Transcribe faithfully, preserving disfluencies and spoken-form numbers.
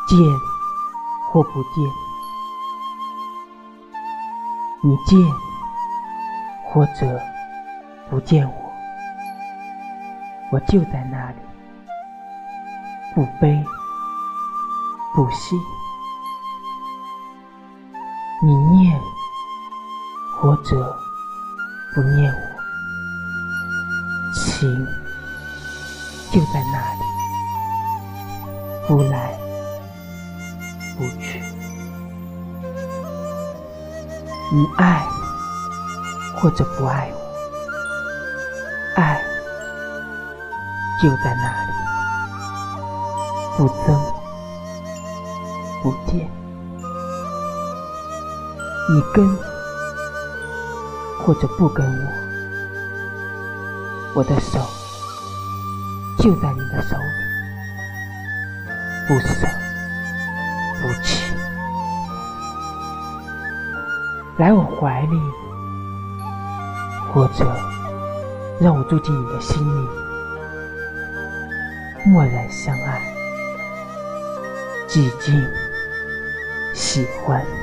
见或不见，你见或者不见我，我就在那里，不悲不喜。你念或者不念我，情就在那里，不来不去。你爱或者不爱我，爱就在那里，不增不减。你跟或者不跟我，我的手就在你的手里，不舍不弃。来我怀里，或者让我住进你的心里，默然相爱，寂静喜欢。